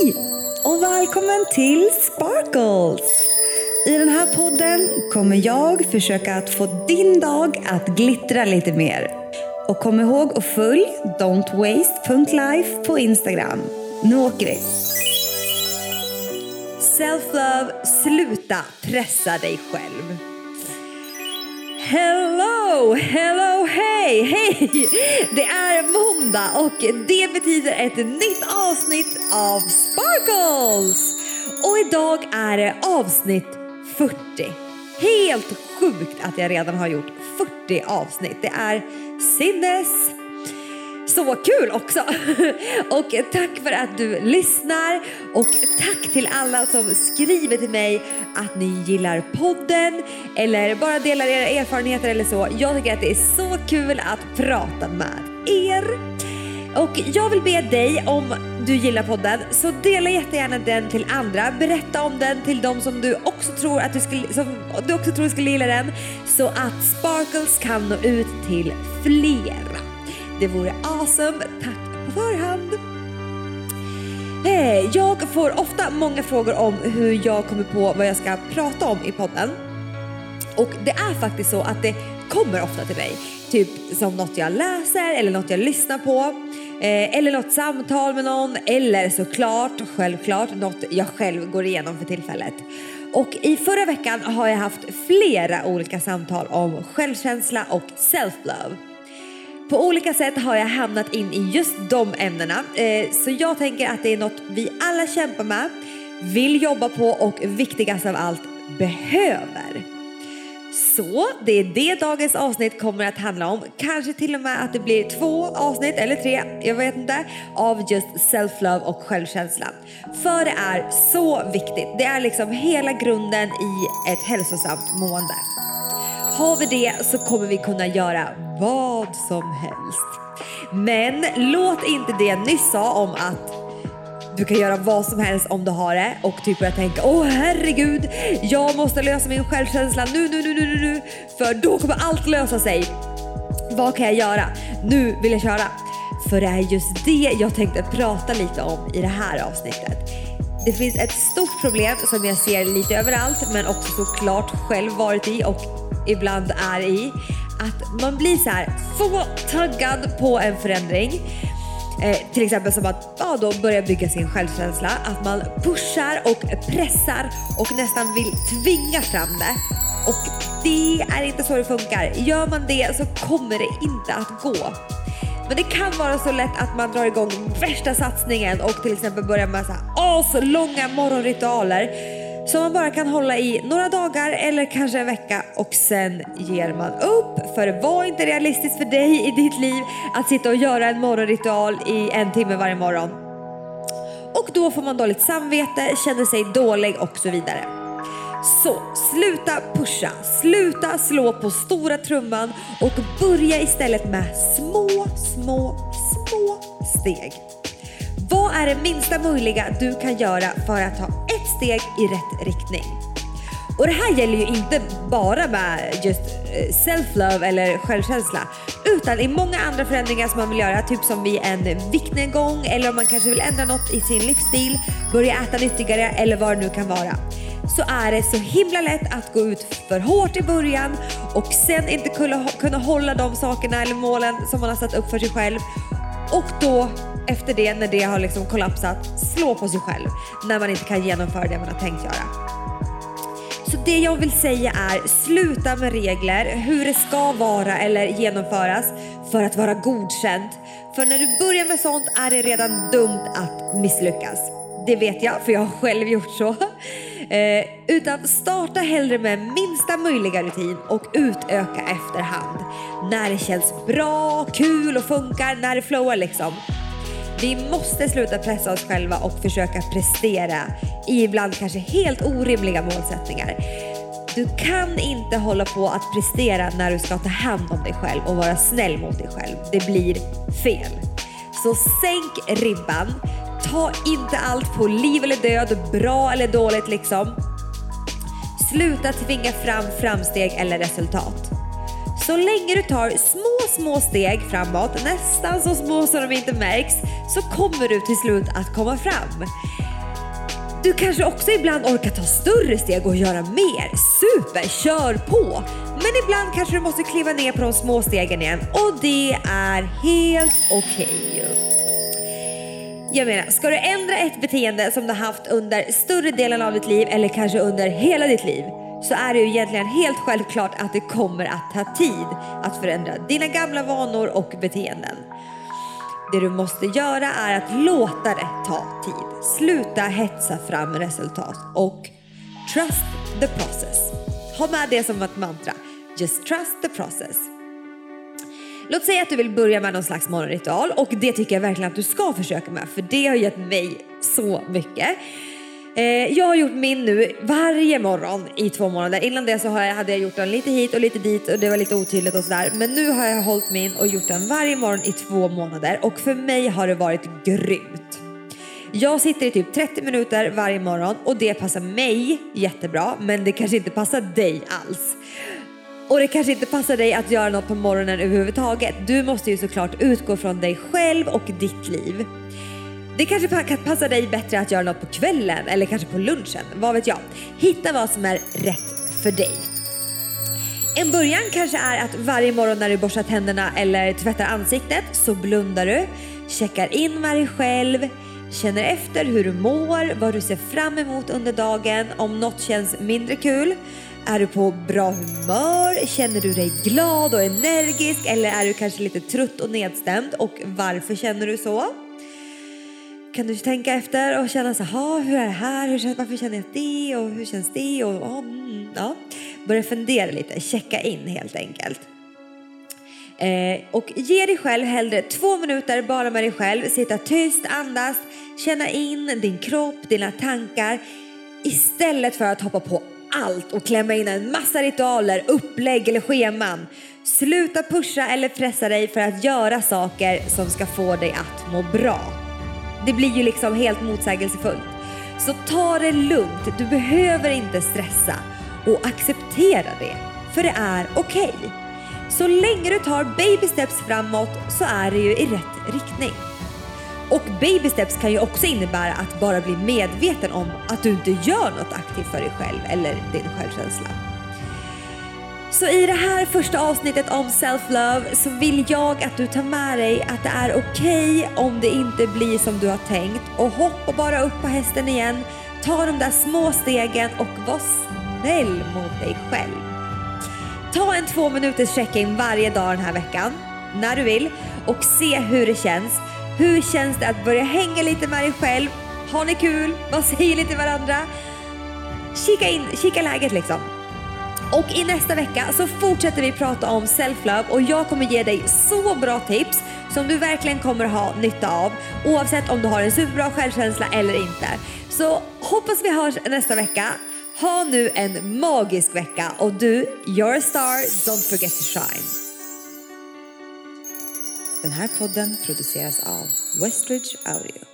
Hej och välkommen till Sparkles! I den här podden kommer jag försöka att få din dag att glittra lite mer. Och kom ihåg att följ don'twaste.life på Instagram. Nu åker vi! Self-love, sluta pressa dig själv. Hello, hej! Det är måndag och det betyder ett nytt avsnitt av Sparkles. Och idag är det avsnitt 40. Helt sjukt att jag redan har gjort 40 avsnitt. Det är sinnes. Så kul också. Och tack för att du lyssnar. Och tack till alla som skriver till mig att ni gillar podden. Eller bara delar era erfarenheter eller så. Jag tycker att det är så kul att prata med er. Och jag vill be dig, om du gillar podden, så dela jättegärna den till andra. Berätta om den till dem som du också tror att du skulle gilla den. Så att Sparkles kan nå ut till flera. Det vore awesome. Tack på förhand. Jag får ofta många frågor om hur jag kommer på vad jag ska prata om i podden. Och det är faktiskt så att det kommer ofta till mig. Typ som något jag läser eller något jag lyssnar på. Eller något samtal med någon. Eller självklart något jag själv går igenom för tillfället. Och i förra veckan har jag haft flera olika samtal om självkänsla och self-love. På olika sätt har jag hamnat in i just de ämnena. Så jag tänker att det är något vi alla kämpar med, vill jobba på och viktigast av allt behöver. Så det är det dagens avsnitt kommer att handla om. Kanske till och med att det blir 2 avsnitt eller 3, jag vet inte, av just self-love och självkänsla. För det är så viktigt. Det är liksom hela grunden i ett hälsosamt mående. Har vi det så kommer vi kunna göra vad som helst. Men låt inte det jag nyss sa om att du kan göra vad som helst om du har det. Och typ börja tänka, herregud, jag måste lösa min självkänsla nu. För då kommer allt lösa sig. Vad kan jag göra? Nu vill jag köra. För det är just det jag tänkte prata lite om i det här avsnittet. Det finns ett stort problem som jag ser lite överallt, men också såklart själv varit i och ibland är i, att man blir så här så taggad på en förändring. Till exempel som att då börja bygga sin självkänsla. Att man pushar och pressar och nästan vill tvinga fram det. Och det är inte så det funkar. Gör man det så kommer det inte att gå. Men det kan vara så lätt att man drar igång värsta satsningen och till exempel börjar med så långa morgonritualer som man bara kan hålla i några dagar eller kanske en vecka, och sen ger man upp. För det var inte realistiskt för dig i ditt liv att sitta och göra en morgonritual i 1 timme varje morgon. Och då får man dåligt samvete, känner sig dålig och så vidare. Så sluta pusha, sluta slå på stora trumman och börja istället med små steg. Vad är det minsta möjliga du kan göra för att ta ett steg i rätt riktning? Och det här gäller ju inte bara med just self-love eller självkänsla, utan i många andra förändringar som man vill göra, typ som vid en viktnedgång, eller om man kanske vill ändra något i sin livsstil, börja äta nyttigare eller vad det nu kan vara. Så är det så himla lätt att gå ut för hårt i början och sen inte kunna hålla de sakerna eller målen som man har satt upp för sig själv. Och då efter det, när det har liksom kollapsat, slå på sig själv när man inte kan genomföra det man har tänkt göra. Så det jag vill säga är, sluta med regler, hur det ska vara eller genomföras för att vara godkänt. För när du börjar med sånt är det redan dumt att misslyckas. Det vet jag, för jag har själv gjort så. Utan starta hellre med minsta möjliga rutin och utöka efterhand. När det känns bra, kul och funkar, när det flowar liksom. Vi måste sluta pressa oss själva och försöka prestera i ibland kanske helt orimliga målsättningar. Du kan inte hålla på att prestera när du ska ta hand om dig själv och vara snäll mot dig själv. Det blir fel. Så sänk ribban. Ta inte allt på liv eller död, bra eller dåligt liksom. Sluta tvinga fram framsteg eller resultat. Så länge du tar små steg framåt, nästan så små så de inte märks, så kommer du till slut att komma fram. Du kanske också ibland orkar ta större steg och göra mer. Super, kör på! Men ibland kanske du måste kliva ner på de små stegen igen, och det är helt okej. Jag menar, ska du ändra ett beteende som du har haft under större delen av ditt liv eller kanske under hela ditt liv, så är det ju egentligen helt självklart att det kommer att ta tid att förändra dina gamla vanor och beteenden. Det du måste göra är att låta det ta tid. Sluta hetsa fram resultat och trust the process. Ha med det som ett mantra. Just trust the process. Låt säga att du vill börja med någon slags morgonritual, och det tycker jag verkligen att du ska försöka med, för det har gett mig så mycket. Jag har gjort min nu varje morgon i 2 månader. Innan det så hade jag gjort den lite hit och lite dit, och det var lite otydligt och sådär. Men nu har jag hållit min och gjort den varje morgon i 2 månader, och för mig har det varit grymt. Jag sitter i typ 30 minuter varje morgon, och det passar mig jättebra, men det kanske inte passar dig alls. Och det kanske inte passar dig att göra något på morgonen överhuvudtaget. Du måste ju såklart utgå från dig själv och ditt liv. Det kanske kan passa dig bättre att göra något på kvällen eller kanske på lunchen. Vad vet jag? Hitta vad som är rätt för dig. En början kanske är att varje morgon när du borstar tänderna eller tvättar ansiktet så blundar du, checkar in med dig själv, känner efter hur du mår, vad du ser fram emot under dagen, om något känns mindre kul. Är du på bra humör? Känner du dig glad och energisk, eller är du kanske lite trött och nedstämd, och varför känner du så? Kan du tänka efter och känna så här, hur är det här? Varför känner jag det? Och hur känns det? Och, ja. Börja fundera lite, checka in helt enkelt. Och ge dig själv hellre 2 minuter bara med dig själv. Sitta tyst, andas, känna in din kropp, dina tankar. Istället för att hoppa på allt och klämma in en massa ritualer, upplägg eller scheman. Sluta pusha eller pressa dig för att göra saker som ska få dig att må bra. Det blir ju liksom helt motsägelsefullt. Så ta det lugnt, du behöver inte stressa, och acceptera det, för det är okej. Så länge du tar baby steps framåt så är det ju i rätt riktning. Och baby steps kan ju också innebära att bara bli medveten om att du inte gör något aktivt för dig själv eller din självkänsla. Så i det här första avsnittet om self-love så vill jag att du tar med dig att det är okej om det inte blir som du har tänkt, och hoppa bara upp på hästen igen, ta de där små stegen och var snäll mot dig själv. Ta en 2 minuters check-in varje dag den här veckan, när du vill, och se hur det känns. Hur känns det att börja hänga lite med dig själv? Har ni kul? Vad säger ni till varandra? Kika läget liksom. Och i nästa vecka så fortsätter vi prata om self-love, och jag kommer ge dig så bra tips som du verkligen kommer ha nytta av, oavsett om du har en superbra självkänsla eller inte. Så hoppas vi hörs nästa vecka. Ha nu en magisk vecka, och du, you're a star, don't forget to shine. Den här podden produceras av Westridge Audio.